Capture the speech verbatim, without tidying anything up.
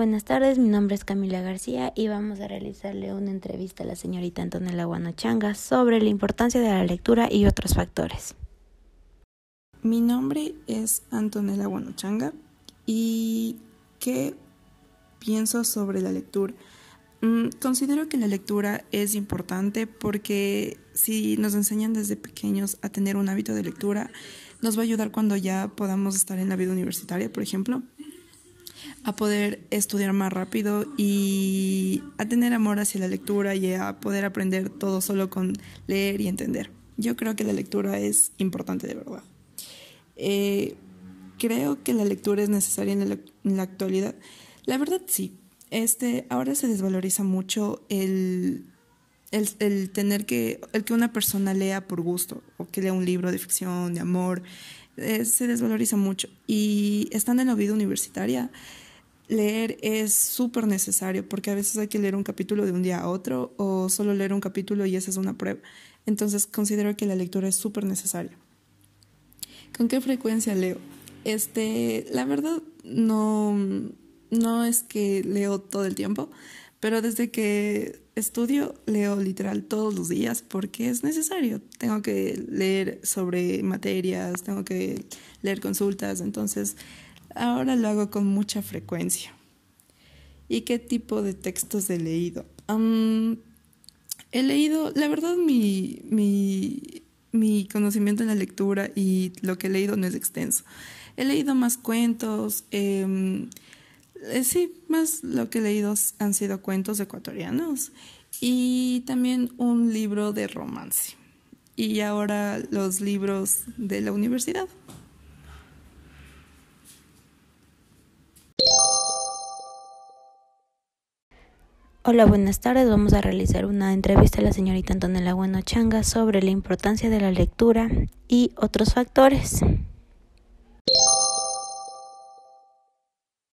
buenas tardes, mi nombre es Camila García y vamos a realizarle una entrevista a la señorita Antonella Guanochanga sobre la importancia de la lectura y otros factores. Mi nombre es Antonella Guanochanga y ¿qué pienso sobre la lectura? Mm, considero que la lectura es importante porque si nos enseñan desde pequeños a tener un hábito de lectura, nos va a ayudar cuando ya podamos estar en la vida universitaria, por ejemplo, a poder estudiar más rápido y a tener amor hacia la lectura y a poder aprender todo solo con leer y entender. Yo creo que la lectura es importante de verdad. Eh, creo que la lectura es necesaria en la, en la actualidad. La verdad sí. Este, ahora se desvaloriza mucho el, el, el tener que, el que una persona lea por gusto o que lea un libro de ficción, de amor. Eh, se desvaloriza mucho. Y estando en la vida universitaria, leer es súper necesario porque a veces hay que leer un capítulo de un día a otro o solo leer un capítulo y esa es una prueba. Entonces considero que la lectura es súper necesaria. ¿Con qué frecuencia leo? Este, la verdad no, no es que leo todo el tiempo, pero desde que estudio leo literal todos los días porque es necesario. Tengo que leer sobre materias, tengo que leer consultas, entonces ahora lo hago con mucha frecuencia. ¿Y qué tipo de textos he leído? Um, he leído, la verdad, mi, mi, mi conocimiento en la lectura y lo que he leído no es extenso. He leído más cuentos, eh, eh, sí, más lo que he leído han sido cuentos ecuatorianos y también un libro de romance. Y ahora los libros de la universidad. Hola, buenas tardes. Vamos a realizar una entrevista a la señorita Antonella Guanochanga sobre la importancia de la lectura y otros factores.